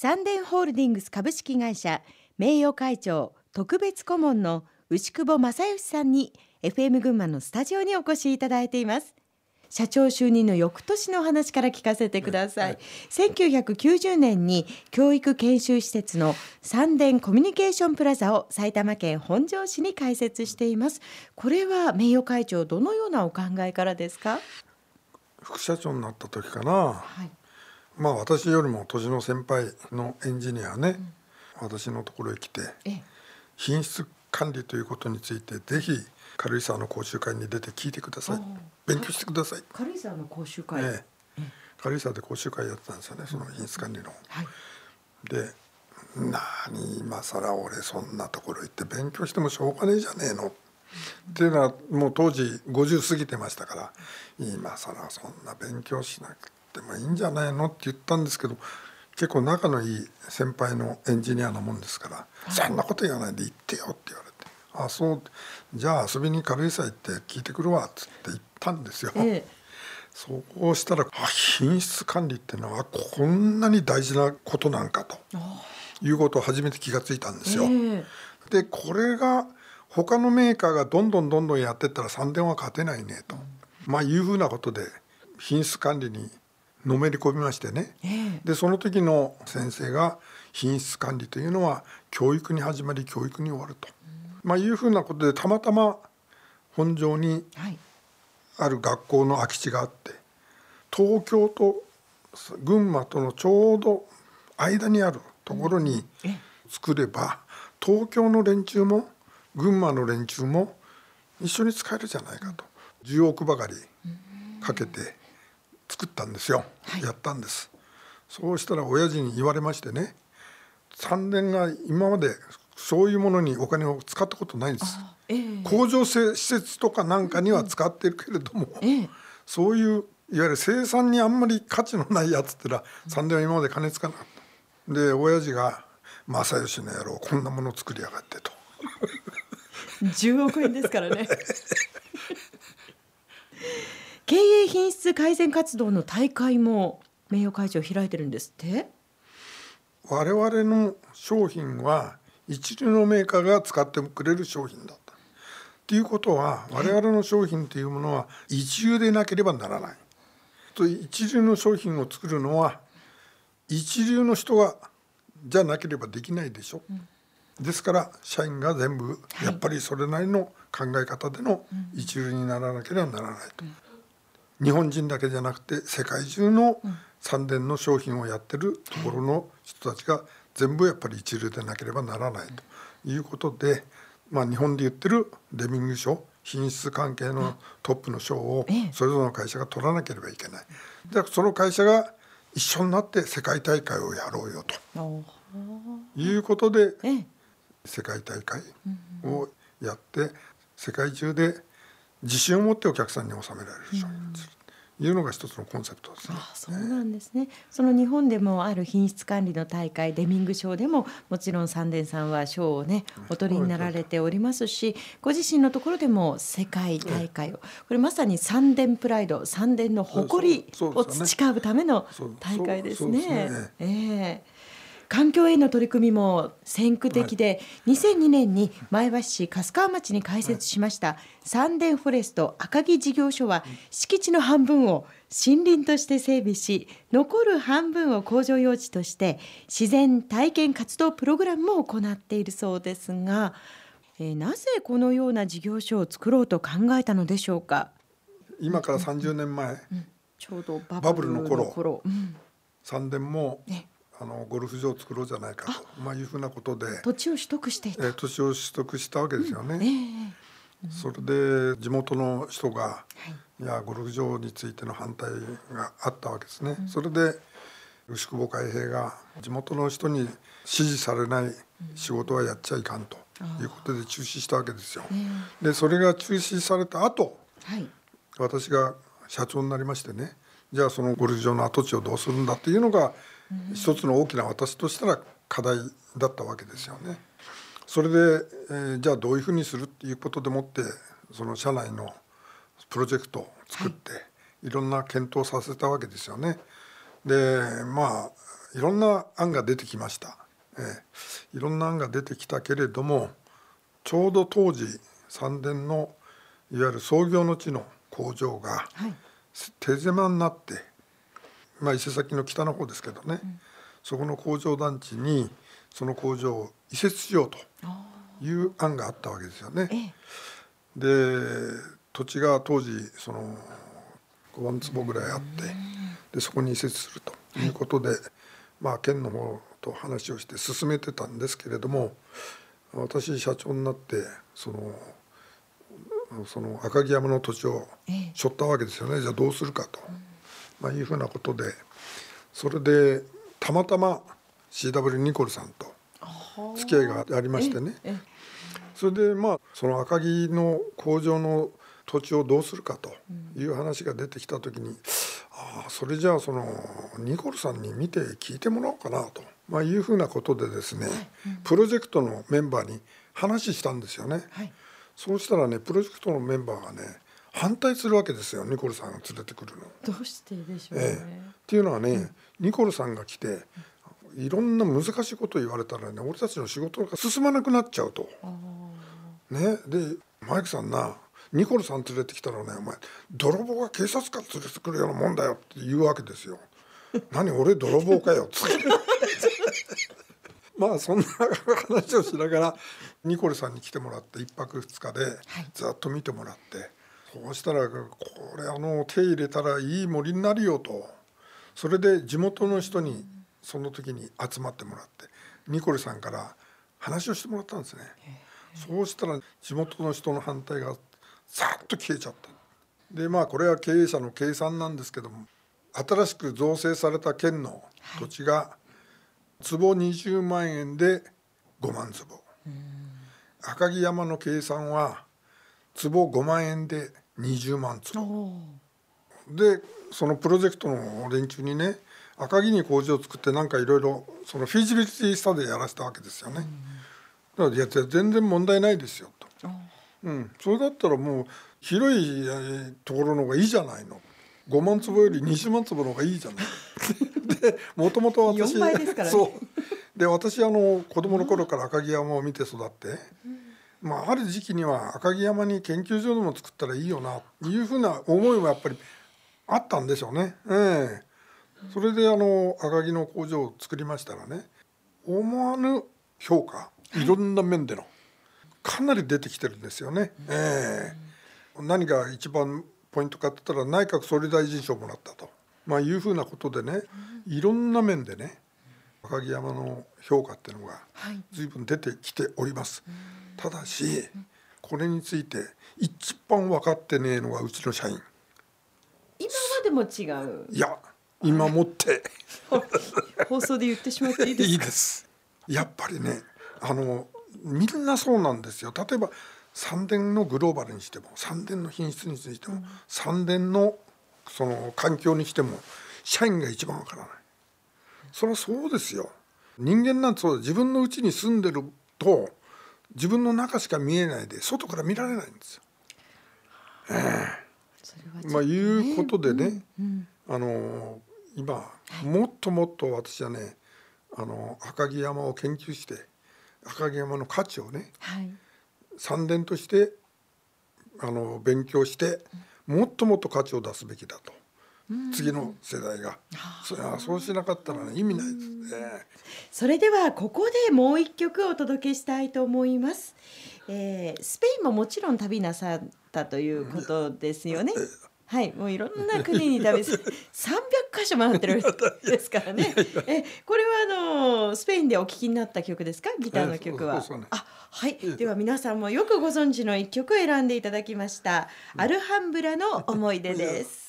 サンデンホールディングス株式会社名誉会長特別顧問の牛久保正義さんに FM 群馬のスタジオにお越しいただいています。社長就任の翌年のお話から聞かせてください。1990年に教育研修施設のサンデンコミュニケーションプラザを埼玉県本庄市に開設しています。これは名誉会長、どのようなお考えからですか？ 副社長になった時かな、私よりも年の先輩のエンジニアね、私のところへ来て品質管理ということについてぜひ軽井沢の講習会に出て聞いてください、勉強してください。 軽井沢の講習会、 軽井沢で講習会やってたんですよね、その品質管理の、で、今更俺そんなところ行って勉強してもしょうがねえじゃねえのっていうのはもう当時50過ぎてましたから、今更そんな勉強しなくてもいいんじゃないのって言ったんですけど、結構仲のいい先輩のエンジニアなもんですから、そんなこと言わないで行ってよって言われて、あ、そう、じゃあ遊びに軽井沢行って聞いてくるわっつって言ったんですよ、そうしたら品質管理っていうのはこんなに大事なことなんかということを初めて気がついたんですよ、でこれが他のメーカーがどんどんやってったらサンデンは勝てないねと、いうふうなことで品質管理にのめり込みましてね、でその時の先生が品質管理というのは教育に始まり教育に終わると、いうふうなことでたまたま本庄にある学校の空き地があって、東京と群馬とのちょうど間にあるところに作れば、東京の連中も群馬の連中も一緒に使えるじゃないかと、10億ばかりかけて作ったんですよ、やったんです。そうしたら親父に言われましてね、サンデンが今までそういうものにお金を使ったことないんです、工場施設とかなんかには使ってるけれども、そういういわゆる生産にあんまり価値のないやつってのはサンデンは今まで金使わなかった。で親父が正義の野郎こんなものを作りやがってと 10億円ですからね経営品質改善活動の大会も名誉会長開いてるんですって。 我々の商品は一流のメーカーが使ってくれる商品だったっていうことは、我々の商品というものは一流でなければならないと。一流の商品を作るのは一流の人がじゃなければできないでしょ、ですから社員が全部やっぱりそれなりの考え方での一流にならなければならないと、日本人だけじゃなくて世界中のサンデンの商品をやってるところの人たちが全部やっぱり一流でなければならないということで、日本で言ってるデミング賞、品質関係のトップの賞をそれぞれの会社が取らなければいけない。でその会社が一緒になって世界大会をやろうよということで、世界大会をやって世界中で自信を持ってお客さんに納められる商品にするというのが一つのコンセプトですね。 そうなんですね。その日本でもある品質管理の大会デミング賞でももちろんサンデンさんは賞をねお取りになられておりますし、ご自身のところでも世界大会を、これまさにサンデンプライド、サンデンの誇りを培うための大会ですね。環境への取り組みも先駆的で、2002年に前橋市粕川町に開設しましたサンデンフォレスト赤城事業所は、敷地の半分を森林として整備し、残る半分を工場用地として自然体験活動プログラムも行っているそうですが、なぜこのような事業所を作ろうと考えたのでしょうか。 今から30年前、 ちょうどババブルのブルの頃、 サンデンもゴルフ場を作ろうじゃないかと、いうふうなことで土地を取得していた、 土地を取得したわけですよね、それで地元の人が、ゴルフ場についての反対があったわけですね、それで牛久保海兵が地元の人に支持されない仕事はやっちゃいかんということで中止したわけですよ、でそれが中止された後、私が社長になりましてね、じゃあそのゴルフ場の跡地をどうするんだっていうのが一つの大きな私としたら課題だったわけですよね。それで、じゃあどういうふうにするっていうことでもってその社内のプロジェクトを作って、いろんな検討させたわけですよね。でいろんな案が出てきました。いろんな案が出てきたけれども、ちょうど当時三田のいわゆる創業の地の工場が手狭になって、伊勢崎の北の方ですけどね、そこの工場団地にその工場を移設しようという案があったわけですよね。で土地が当時その5万坪ぐらいあって、でそこに移設するということで、県の方と話をして進めてたんですけれども、私社長になってその赤城山の土地を背負ったわけですよね。じゃあどうするかと、いうふうなことで、それでたまたま CW ニコルさんと付き合いがありましてね、それでその赤城の工場の土地をどうするかという話が出てきた時に、それじゃあそのニコルさんに見て聞いてもらおうかなと、いうふうなことでですね、プロジェクトのメンバーに話したんですよね。そうしたらね、プロジェクトのメンバーがね反対するわけですよ、ニコルさんが連れてくるの。 どうしてでしょうね。 っていうのはね、ニコルさんが来ていろんな難しいことを言われたらね、俺たちの仕事が進まなくなっちゃうと。でマイクさんな、ニコルさん連れてきたらね、お前泥棒が警察官連れてくるようなもんだよって言うわけですよ。何俺泥棒かよっつってそんな話をしながらニコルさんに来てもらって1泊2日でずっと見てもらって、そうしたらこれ手入れたらいい森になるよと。それで地元の人にその時に集まってもらって、ニコルさんから話をしてもらったんですね。そうしたら地元の人の反対がさっと消えちゃった。でこれは経営者の計算なんですけども、新しく造成された県の土地が坪20万円で5万坪、赤城山の計算は坪5万円で20万坪で、そのプロジェクトの連中にね、赤城に工場を作ってなんかいろいろそのフィージビリティスタディやらせたわけですよね。だからいや全然問題ないですよと。それだったらもう広いところの方がいいじゃないの。5万坪より20万坪の方がいいじゃないで、もともと私 4倍ですからね。 そうで、私子供の頃から赤城山を見て育って、ある時期には赤城山に研究所でも作ったらいいよなというふうな思いもやっぱりあったんでしょうね。それで赤城の工場を作りましたらね、思わぬ評価、いろんな面でのかなり出てきてるんですよね。何が一番ポイントかって言ったら、内閣総理大臣賞をもらったと、いうふうなことでね、いろんな面でね赤城山の評価っていうのが随分出てきております。ただしこれについて一番分かってねえのがうちの社員。 今までも違う。 いや今もって放送で言ってしまっていいですか。 いいです。やっぱりね、みんなそうなんですよ。例えば三田のグローバルにしても、三田の品質についても、三田のその環境にしても、社員が一番わからない。それはそうですよ。人間なんてそうだ。自分の家に住んでると自分の中しか見えないで、外から見られないんですよ。いうことでね、今もっともっと私はね、赤城山を研究して、赤城山の価値をね、三田として勉強して、もっともっと価値を出すべきだと、次の世代が。そうしなかったら、ね、意味ないですね。 それではここでもう一曲お届けしたいと思います。スペインももちろん旅なさったということですよね。もういろんな国に旅300カ所回ってるんですからね。これはスペインでお聴きになった曲ですか、ギターの曲は。では皆さんもよくご存知の一曲を選んでいただきました。アルハンブラの思い出です。